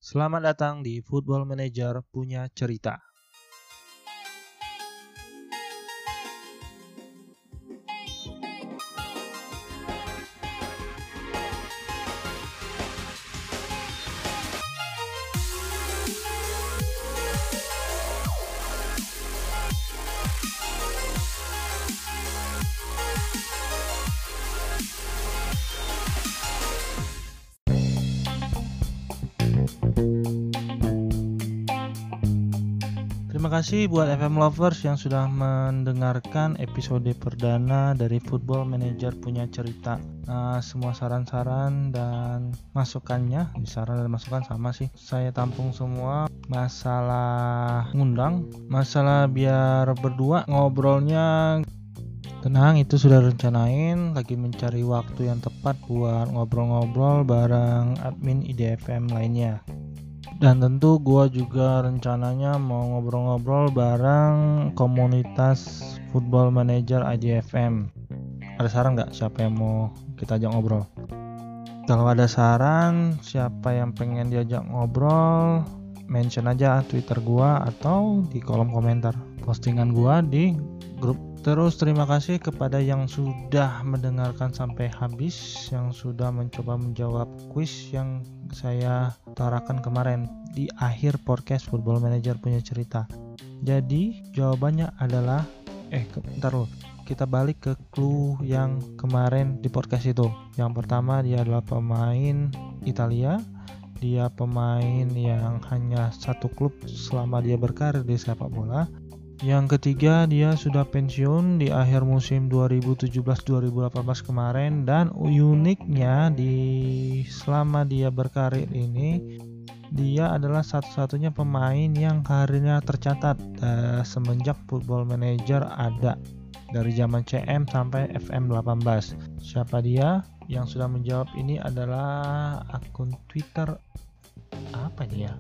Selamat datang di Football Manager Punya Cerita. Terima kasih buat FM Lovers yang sudah mendengarkan episode perdana dari Football Manager Punya Cerita. Semua saran-saran dan masukannya, saran dan masukan sama sih, saya tampung semua. Masalah ngundang, masalah biar berdua ngobrolnya, tenang, itu sudah rencanain, lagi mencari waktu yang tepat buat ngobrol-ngobrol bareng admin IDFM lainnya. Dan tentu gue juga rencananya mau ngobrol-ngobrol bareng komunitas Football Manager IDFM. Ada saran nggak siapa yang mau kita ajak ngobrol? Kalau ada saran siapa yang pengen diajak ngobrol, mention aja Twitter gue atau di kolom komentar postingan gue di grup. Terus terima kasih kepada yang sudah mendengarkan sampai habis, yang sudah mencoba menjawab kuis yang saya utarakan kemarin di akhir podcast Football Manager Punya Cerita. Jadi jawabannya adalah kita balik ke clue yang kemarin di podcast itu. Yang pertama, dia adalah pemain Italia. Dia pemain yang hanya satu klub selama dia berkarir di sepak bola. Yang ketiga, dia sudah pensiun di akhir musim 2017-2018 kemarin, dan uniknya selama dia berkarir ini, dia adalah satu-satunya pemain yang karirnya tercatat semenjak Football Manager ada, dari zaman CM sampai FM 18. Siapa dia? Yang sudah menjawab ini adalah akun Twitter apa dia?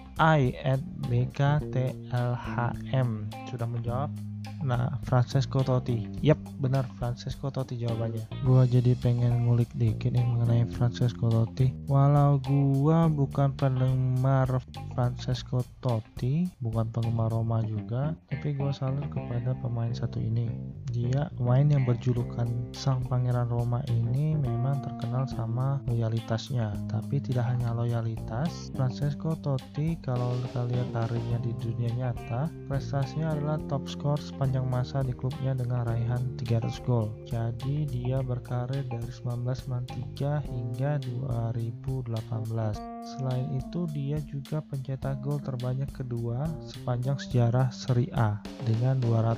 @bktlhm sudah menjawab. Nah, Francesco Totti. Yap, benar, Francesco Totti jawabannya. Gua jadi pengen ngulik dikit nih mengenai Francesco Totti. Walau gua bukan penggemar Francesco Totti, bukan penggemar Roma juga, tapi gua salut kepada pemain satu ini. Dia pemain yang berjulukan Sang Pangeran Roma ini memang terkenal sama loyalitasnya. Tapi tidak hanya loyalitas, Francesco Totti kalau kita lihat karirnya di dunia nyata, prestasinya adalah top skor sepanjang masa di klubnya dengan raihan 300 gol. Jadi dia berkarir dari 1993 hingga 2018. Selain itu, dia juga pencetak gol terbanyak kedua sepanjang sejarah Serie A dengan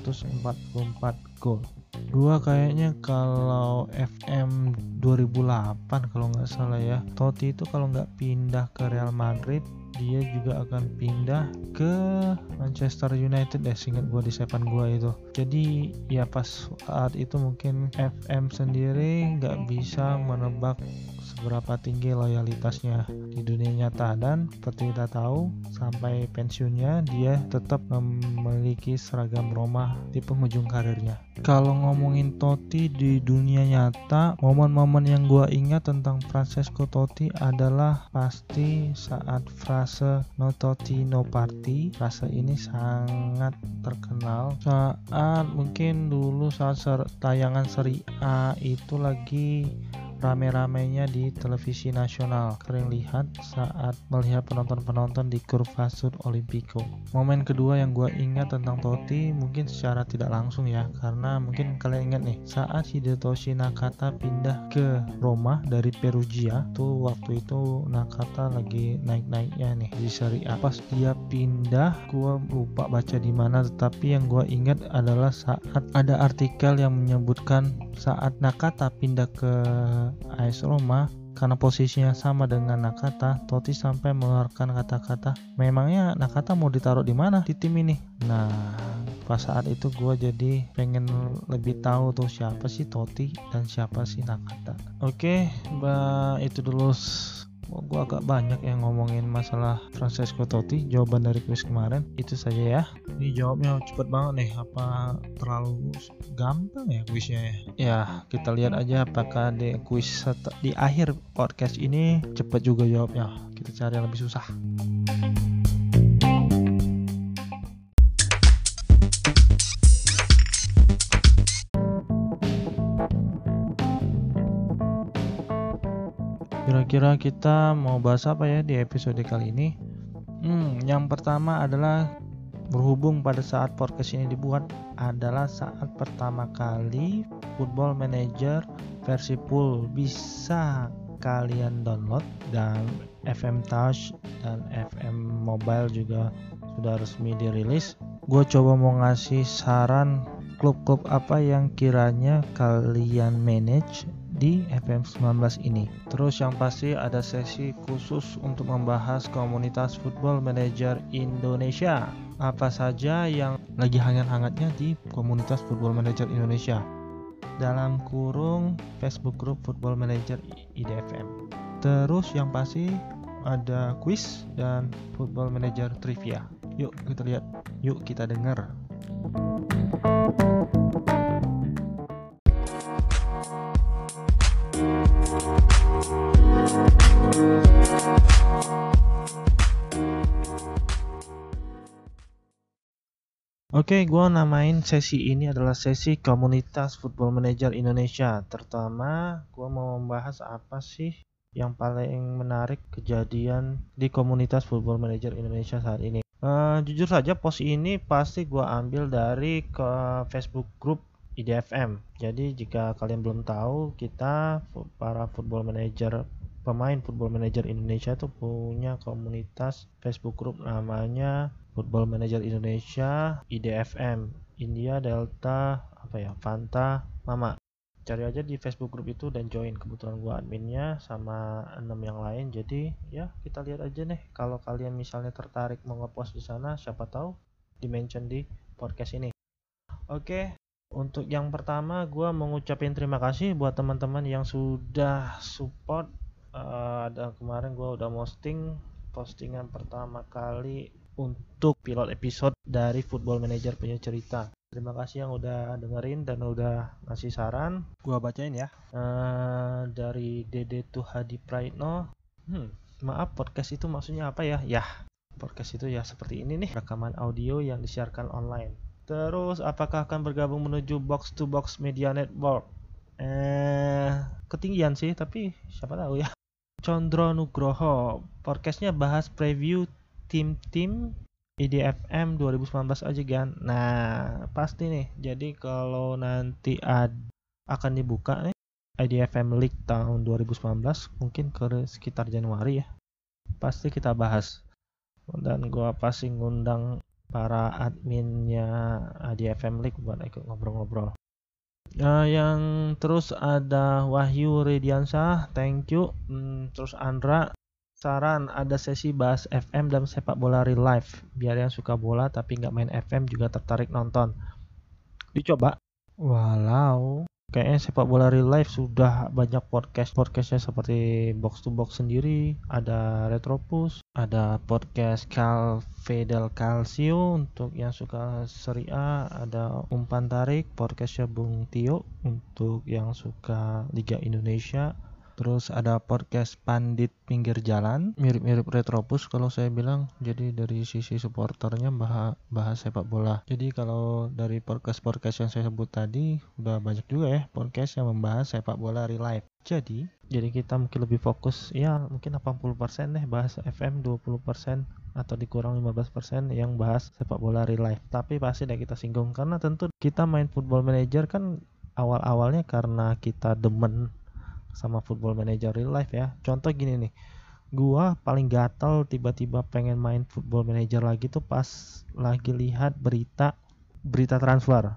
244 gol. Gua kayaknya kalau FM 2008 kalau nggak salah ya, Totti itu kalau nggak pindah ke Real Madrid, dia juga akan pindah ke Manchester United seingat gue di sepan gue itu. Jadi ya pas saat itu mungkin FM sendiri nggak bisa menebak seberapa tinggi loyalitasnya di dunia nyata, dan seperti kita tahu sampai pensiunnya dia tetap memiliki seragam Roma di penghujung karirnya. Kalau ngomongin Totti di dunia nyata, momen-momen yang gue ingat tentang Francesco Totti adalah pasti saat frase "No Totti No Party". Frase ini sangat terkenal saat mungkin dulu saat tayangan Serie A itu lagi rame-ramenya di televisi nasional. Keren lihat saat melihat penonton-penonton di Curva Sud Olimpico. Momen kedua yang gue ingat tentang Totti mungkin secara tidak langsung ya, karena mungkin kalian ingat nih saat Hidetoshi Nakata pindah ke Roma dari Perugia. Waktu itu Nakata lagi naik-naiknya nih di Serie A. Pas dia pindah, gue lupa baca di mana, tetapi yang gue ingat adalah saat ada artikel yang menyebutkan saat Nakata pindah ke AS Roma, karena posisinya sama dengan Nakata, Totti sampai mengeluarkan kata-kata, memangnya Nakata mau ditaruh di mana di tim ini? Nah, pas saat itu gue jadi pengen lebih tahu tuh siapa sih Totti dan siapa sih Nakata. Oke, itu dulu Gue agak banyak yang ngomongin masalah Francesco Totti. Jawaban dari kuis kemarin itu saja ya. Ini jawabnya cepet banget nih. Apa terlalu gampang ya kuisnya ya? Ya, kita lihat aja apakah di kuis di akhir podcast ini cepet juga jawabnya. Kita cari yang lebih susah. Kira-kira kita mau bahas apa ya di episode kali ini? Yang pertama adalah berhubung pada saat podcast ini dibuat adalah saat pertama kali Football Manager versi full bisa kalian download, dan FM Touch dan FM Mobile juga sudah resmi dirilis. Gue coba mau ngasih saran klub-klub apa yang kiranya kalian manage di FM19 ini. Terus yang pasti ada sesi khusus untuk membahas komunitas Football Manager Indonesia. Apa saja yang lagi hangat-hangatnya di komunitas Football Manager Indonesia, dalam kurung Facebook Group Football Manager IDFM. Terus yang pasti ada quiz dan Football Manager Trivia. Yuk kita lihat, yuk kita dengar. Oke, gue namain sesi ini adalah sesi komunitas Football Manager Indonesia. Terutama gue mau membahas apa sih yang paling menarik kejadian di komunitas Football Manager Indonesia saat ini. Jujur saja post ini pasti gue ambil dari ke Facebook Group IDFM. Jadi jika kalian belum tahu, kita para Football Manager, pemain Football Manager Indonesia itu punya komunitas Facebook Group namanya Football Manager Indonesia IDFM, India Delta Fanta Mama. Cari aja di Facebook Group itu dan join. Kebetulan gua adminnya sama 6 yang lain. Jadi ya kita lihat aja nih, kalau kalian misalnya tertarik mau ngepost di sana, siapa tahu di mention di podcast ini. Oke, untuk yang pertama gua mengucapin terima kasih buat teman-teman yang sudah support. Ada kemarin gua udah postingan pertama kali untuk pilot episode dari Football Manager punya cerita. Terima kasih yang udah dengerin dan udah ngasih saran. Gua bacain ya. Dari Dede Tuhadi Praitno. Maaf, podcast itu maksudnya apa ya? Ya, podcast itu ya seperti ini nih, rekaman audio yang disiarkan online. Terus apakah akan bergabung menuju Box to Box Media Network? Ketinggian sih, tapi siapa tahu ya. Condro Nugroho, podcastnya bahas preview tim-tim IDFM 2019 aja kan. Nah pasti nih, jadi kalau nanti akan dibuka nih IDFM League tahun 2019, mungkin ke sekitar Januari ya, pasti kita bahas. Dan gua pasti ngundang para adminnya IDFM League buat ikut ngobrol-ngobrol. Yang terus ada Wahyu Rediansah, thank you. Terus Andra, saran ada sesi bahas FM dan sepak bola real life, biar yang suka bola tapi nggak main FM juga tertarik nonton. Dicoba. Walau kayaknya sepak bola real life sudah banyak podcastnya seperti Box to Box sendiri, ada Retropus, ada podcast Calvedel Calcio untuk yang suka Serie A, ada Umpan Tarik podcastnya Bung Tio untuk yang suka Liga Indonesia. Terus ada podcast Pandit Pinggir Jalan, mirip-mirip Retropus kalau saya bilang. Jadi dari sisi supporternya bahas sepak bola. Jadi kalau dari podcast yang saya sebut tadi, udah banyak juga ya podcast yang membahas sepak bola real life. Jadi kita mungkin lebih fokus, ya mungkin 80% deh bahas FM, 20% atau dikurang 15% yang bahas sepak bola real life. Tapi pasti deh kita singgung, karena tentu kita main Football Manager kan awal-awalnya karena kita demen sama Football Manager real life ya. Contoh gini nih, gua paling gatal tiba-tiba pengen main Football Manager lagi tuh pas lagi lihat berita transfer.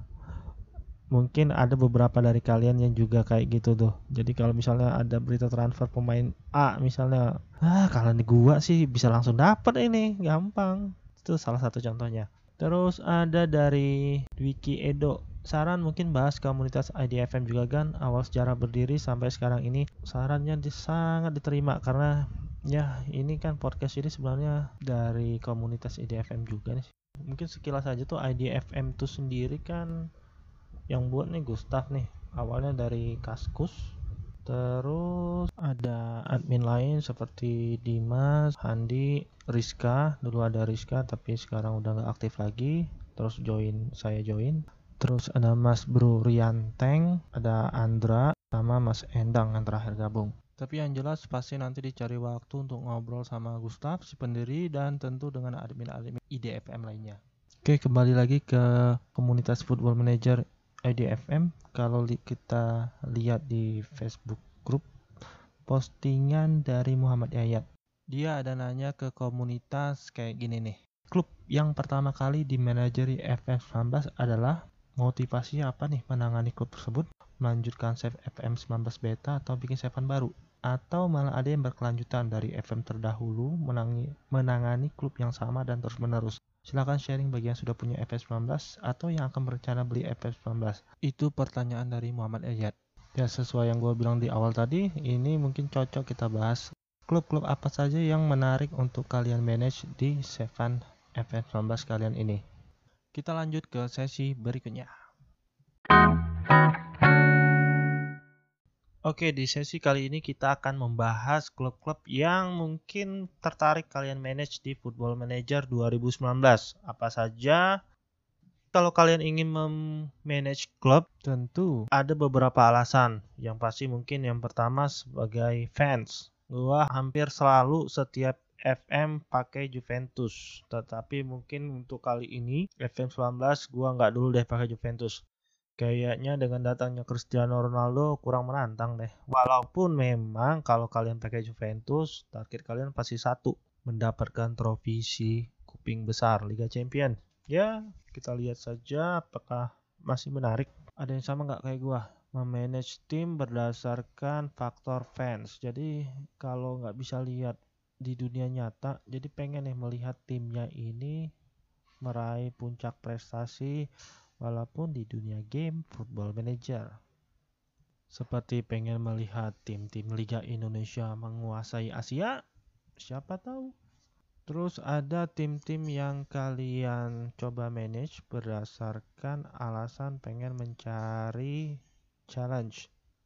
Mungkin ada beberapa dari kalian yang juga kayak gitu tuh. Jadi kalau misalnya ada berita transfer pemain A misalnya, kalau di gua sih bisa langsung dapet ini, gampang. Itu salah satu contohnya. Terus ada dari Wiki Edo, saran mungkin bahas komunitas IDFM juga kan, awal sejarah berdiri sampai sekarang ini. Sarannya sangat diterima karena Ya, ini kan podcast ini sebenarnya dari komunitas IDFM juga nih. Mungkin sekilas aja tuh IDFM tuh sendiri kan yang buat nih Gustaf nih. Awalnya dari Kaskus, terus ada admin lain seperti Dimas, Handi, Rizka. Dulu ada Rizka tapi sekarang udah nggak aktif lagi. Terus saya join. Terus ada Mas Bro Rianteng, ada Andra, sama Mas Endang yang terakhir gabung. Tapi yang jelas pasti nanti dicari waktu untuk ngobrol sama Gustaf, si pendiri, dan tentu dengan admin-admin IDFM lainnya. Oke, kembali lagi ke komunitas Football Manager IDFM. Kalau kita lihat di Facebook grup, postingan dari Muhammad Yayat. Dia ada nanya ke komunitas kayak gini nih. Klub yang pertama kali dimanajeri FM19 adalah motivasinya apa nih menangani klub tersebut? Melanjutkan save FM19 beta atau bikin savean baru? Atau malah ada yang berkelanjutan dari FM terdahulu menangani klub yang sama dan terus menerus? Silahkan sharing bagi yang sudah punya FM19 atau yang akan berencana beli FM19. Itu pertanyaan dari Muhammad Ayat. Ya, sesuai yang gue bilang di awal tadi, ini mungkin cocok kita bahas klub-klub apa saja yang menarik untuk kalian manage di Seven FM19 kalian ini. Kita lanjut ke sesi berikutnya. Oke, di sesi kali ini kita akan membahas klub-klub yang mungkin tertarik kalian manage di Football Manager 2019. Apa saja? Kalau kalian ingin memanage klub, tentu ada beberapa alasan. Yang pasti mungkin yang pertama sebagai fans. Gua hampir selalu setiap FM pakai Juventus. Tetapi mungkin untuk kali ini FM19 gua nggak dulu deh pakai Juventus. Kayaknya dengan datangnya Cristiano Ronaldo kurang menantang deh. Walaupun memang kalau kalian pakai Juventus, target kalian pasti satu, mendapatkan trofi si kuping besar Liga Champions. Ya, kita lihat saja apakah masih menarik. Ada yang sama nggak kayak gua? Memanage tim berdasarkan faktor fans. Jadi kalau nggak bisa lihat di dunia nyata, jadi pengen nih melihat timnya ini meraih puncak prestasi walaupun di dunia game Football Manager. Seperti pengen melihat tim-tim Liga Indonesia menguasai Asia, siapa tahu. Terus ada tim-tim yang kalian coba manage berdasarkan alasan pengen mencari challenge,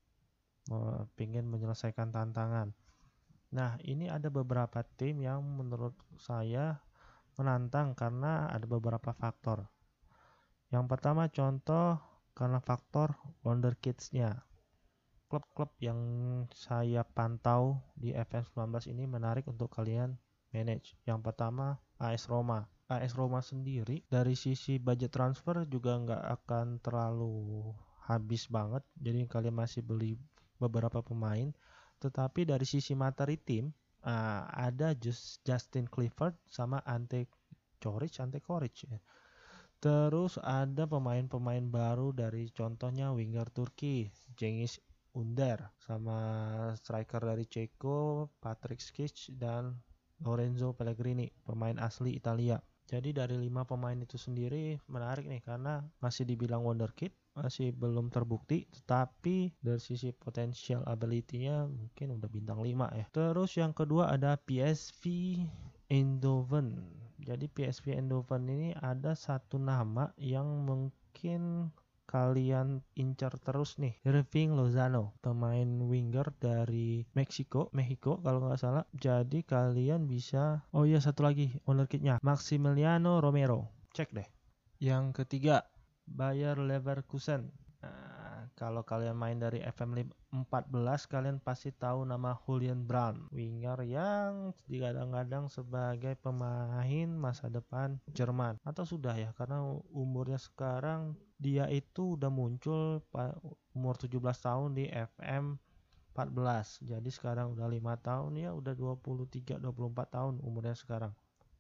pengen menyelesaikan tantangan. Nah, ini ada beberapa tim yang menurut saya menantang karena ada beberapa faktor. Yang pertama contoh karena faktor Wonder Kids-nya. Klub-klub yang saya pantau di FM19 ini menarik untuk kalian manage. Yang pertama AS Roma. AS Roma sendiri dari sisi budget transfer juga nggak akan terlalu habis banget. Jadi kalian masih beli beberapa pemain. Tetapi dari sisi materi tim ada Justin Clifford sama Ante Coric ya. Terus ada pemain-pemain baru dari contohnya winger Turki, Cengiz Under, sama striker dari Ceko, Patrick Schick, dan Lorenzo Pellegrini, pemain asli Italia. Jadi dari 5 pemain itu sendiri menarik nih karena masih dibilang wonderkid, masih belum terbukti, tetapi dari sisi potensial ability-nya mungkin udah bintang 5 ya. Terus yang kedua ada PSV Eindhoven. Jadi PSV Eindhoven ini ada satu nama yang mungkin kalian incar terus nih, Irving Lozano, pemain winger dari Mexico kalau nggak salah. Jadi kalian bisa, oh iya satu lagi wonderkidnya, Maximiliano Romero, cek deh. Yang ketiga Bayer Leverkusen. Nah, kalau kalian main dari FM14 kalian pasti tahu nama Julian Brandt, winger yang digadang-gadang sebagai pemain masa depan Jerman, atau sudah ya karena umurnya sekarang dia itu udah muncul umur 17 tahun di FM 14. Jadi sekarang udah 5 tahun ya, udah 23-24 tahun umurnya sekarang.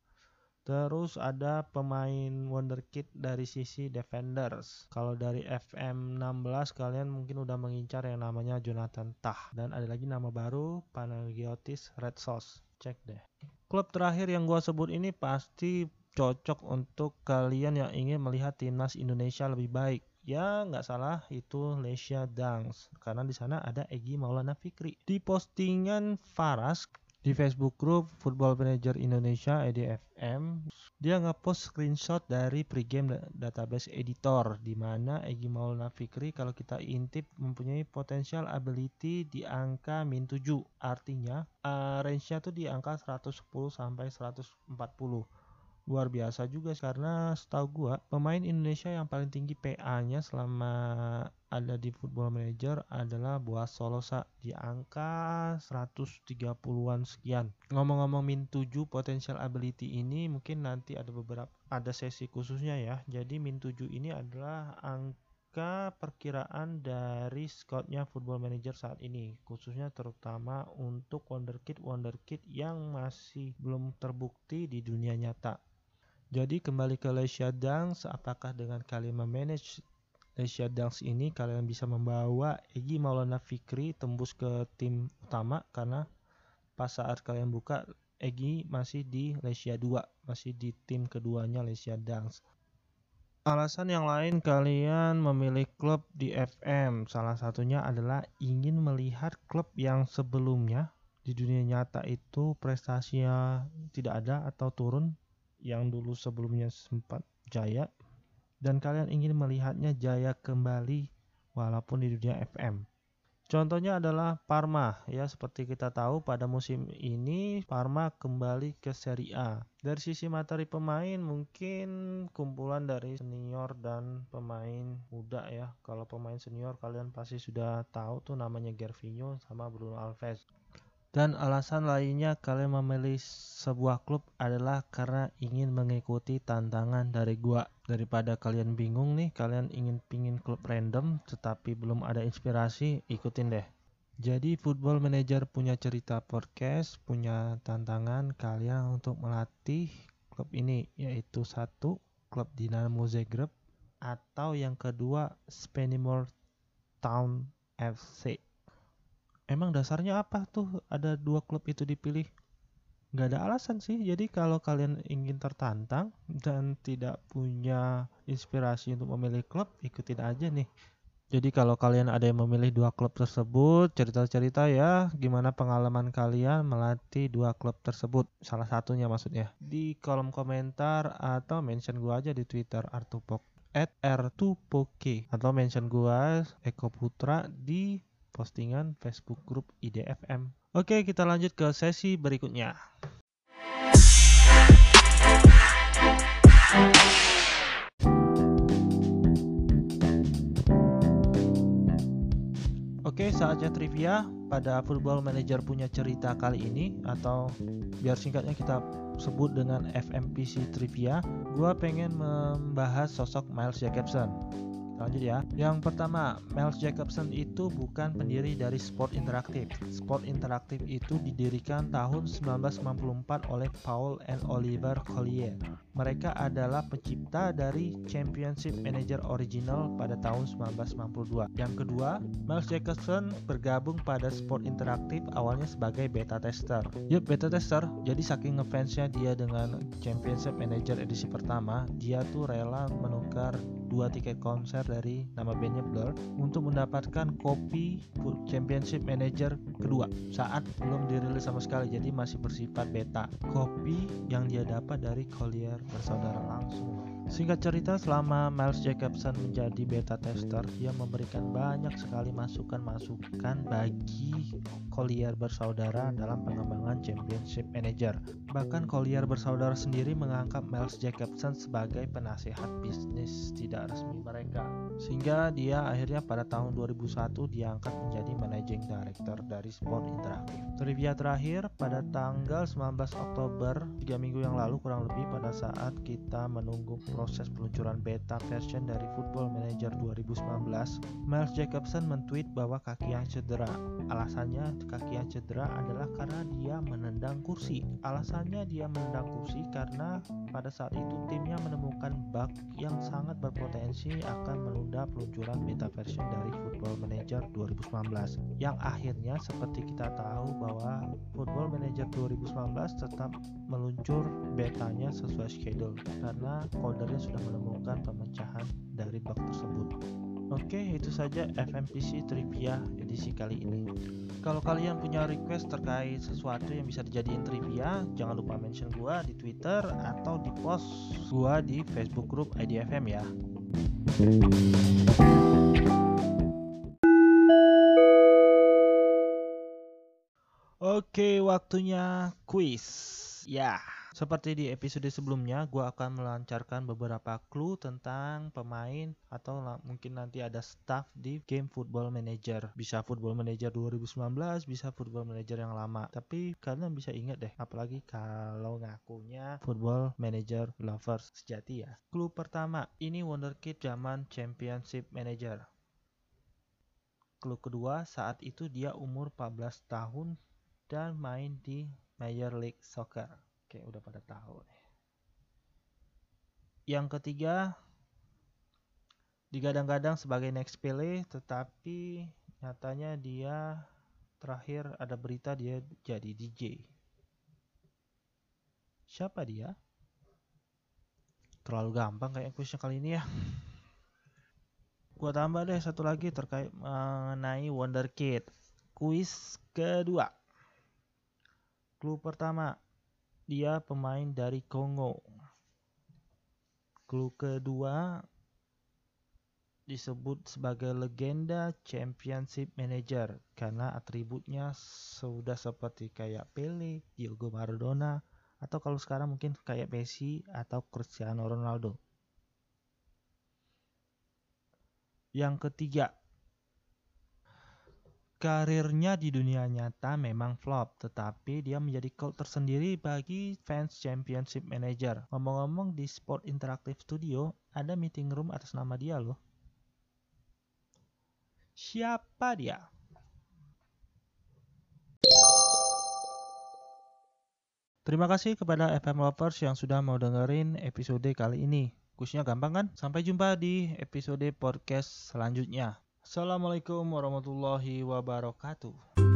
Terus ada pemain wonderkid dari sisi defenders. Kalau dari FM16 kalian mungkin udah mengincar yang namanya Jonathan Tah. Dan ada lagi nama baru, Panagiotis Red Sauce. Cek deh. Klub terakhir yang gua sebut ini pasti cocok untuk kalian yang ingin melihat timnas Indonesia lebih baik. Ya nggak salah, itu Lesia Dangs. Karena di sana ada Egy Maulana Fikri. Di postingan Faras Di Facebook Group Football Manager Indonesia (EDFM), dia ngepost screenshot dari pregame database editor, di mana Egy Maulana Fikri kalau kita intip mempunyai potential ability di angka -7. Artinya range-nya tuh di angka 110 sampai 140. Luar biasa juga karena setahu gua pemain Indonesia yang paling tinggi PA-nya selama ada di Football Manager adalah Boas Solosa di angka 130-an sekian. Ngomong-ngomong -7 potential ability ini mungkin nanti ada sesi khususnya ya. Jadi -7 ini adalah angka perkiraan dari scoutnya Football Manager saat ini, khususnya terutama untuk wonderkid yang masih belum terbukti di dunia nyata. Jadi kembali ke Lesia Dance, apakah dengan kalian memanage Lesia Dance ini kalian bisa membawa Egy Maulana Fikri tembus ke tim utama? Karena pas saat kalian buka Egy masih di Lesia 2, masih di tim keduanya Lesia Dance. Alasan yang lain kalian memilih klub di FM, salah satunya adalah ingin melihat klub yang sebelumnya di dunia nyata itu prestasinya tidak ada atau turun, yang dulu sebelumnya sempat jaya, dan kalian ingin melihatnya jaya kembali walaupun di dunia FM. Contohnya adalah Parma ya, seperti kita tahu pada musim ini Parma kembali ke Serie A. Dari sisi materi pemain mungkin kumpulan dari senior dan pemain muda ya. Kalau pemain senior kalian pasti sudah tahu tuh namanya Gervinho sama Bruno Alves. Dan alasan lainnya kalian memilih sebuah klub adalah karena ingin mengikuti tantangan dari gua. Daripada kalian bingung nih, kalian pingin klub random tetapi belum ada inspirasi, ikutin deh. Jadi Football Manager punya cerita podcast, punya tantangan kalian untuk melatih klub ini, yaitu satu, klub Dinamo Zagreb, atau yang kedua Spennymoor Town FC. Emang dasarnya apa tuh ada dua klub itu dipilih? Gak ada alasan sih. Jadi kalau kalian ingin tertantang dan tidak punya inspirasi untuk memilih klub, ikutin aja nih. Jadi kalau kalian ada yang memilih dua klub tersebut, cerita-cerita ya gimana pengalaman kalian melatih dua klub tersebut, salah satunya maksudnya, di kolom komentar atau mention gua aja di Twitter @r2poke, atau mention gua Eko Putra di postingan Facebook Group IDFM. Oke, kita lanjut ke sesi berikutnya. Oke, saatnya trivia. Pada Football Manager punya cerita kali ini, atau biar singkatnya kita sebut dengan FMPC Trivia, gua pengen membahas sosok Miles Jacobson. Lanjut ya. Yang pertama, Miles Jacobson itu bukan pendiri dari Sport Interactive. Sport Interactive itu didirikan tahun 1994 oleh Paul and Oliver Collier. Mereka adalah pencipta dari Championship Manager original pada tahun 1992. Yang kedua, Miles Jacobson bergabung pada Sport Interactive awalnya sebagai beta tester. Yup, beta tester. Jadi saking ngefansnya dia dengan Championship Manager edisi pertama, dia tuh rela menukar 2 tiket konser dari nama bandnya Blur untuk mendapatkan kopi Championship Manager kedua saat belum dirilis sama sekali, jadi masih bersifat beta. Kopi yang dia dapat dari Collier bersaudara langsung. Singkat cerita, selama Miles Jacobson menjadi beta tester, dia memberikan banyak sekali masukan-masukan bagi Collier bersaudara dalam pengembangan Championship Manager. Bahkan Collier bersaudara sendiri menganggap Miles Jacobson sebagai penasehat bisnis tidak resmi mereka, sehingga dia akhirnya pada tahun 2001 diangkat menjadi Managing Director dari Sport Interactive. Trivia terakhir, pada tanggal 19 Oktober 3 minggu yang lalu kurang lebih, pada saat kita menunggu proses peluncuran beta version dari Football Manager 2019, Miles Jacobson men-tweet bahwa kakinya cedera. Alasannya kaki yang cedera adalah karena dia menendang kursi. Alasannya dia menendang kursi karena pada saat itu timnya menemukan bug yang sangat berpotensi akan menunda peluncuran beta version dari Football Manager 2019, yang akhirnya seperti kita tahu bahwa Football Manager 2019 tetap meluncur betanya sesuai schedule karena codernya sudah menemukan pemecahan dari bug tersebut. Oke, itu saja FMPC Trivia edisi kali ini. Kalau kalian punya request terkait sesuatu yang bisa dijadiin trivia, jangan lupa mention gua di Twitter atau di post gua di Facebook group IDFM ya. Oke, waktunya quiz. Ya, seperti di episode sebelumnya, gue akan melancarkan beberapa clue tentang pemain atau mungkin nanti ada staff di game Football Manager. Bisa Football Manager 2019, bisa Football Manager yang lama. Tapi kalian bisa ingat deh, apalagi kalau ngakunya Football Manager lovers sejati ya. Clue pertama, ini wonderkid zaman Championship Manager. Clue kedua, saat itu dia umur 14 tahun dan main di Major League Soccer. Oke, udah pada tahu nih. Yang ketiga, digadang-gadang sebagai next Pele, tetapi nyatanya dia terakhir ada berita dia jadi DJ. Siapa dia? Terlalu gampang kayak kuisnya kali ini ya. Gua tambah deh satu lagi terkait mengenai wonderkid. Kuis kedua. Clue pertama, dia pemain dari Kongo. Clue kedua, disebut sebagai legenda Championship Manager karena atributnya sudah seperti kayak Pele, Diego Maradona, atau kalau sekarang mungkin kayak Messi atau Cristiano Ronaldo. Yang ketiga, karirnya di dunia nyata memang flop, tetapi dia menjadi cult tersendiri bagi fans Championship Manager. Ngomong-ngomong, di Sport Interactive Studio ada meeting room atas nama dia loh. Siapa dia? Terima kasih kepada FM Lovers yang sudah mau dengerin episode kali ini. Kuisnya gampang kan? Sampai jumpa di episode podcast selanjutnya. Assalamualaikum warahmatullahi wabarakatuh.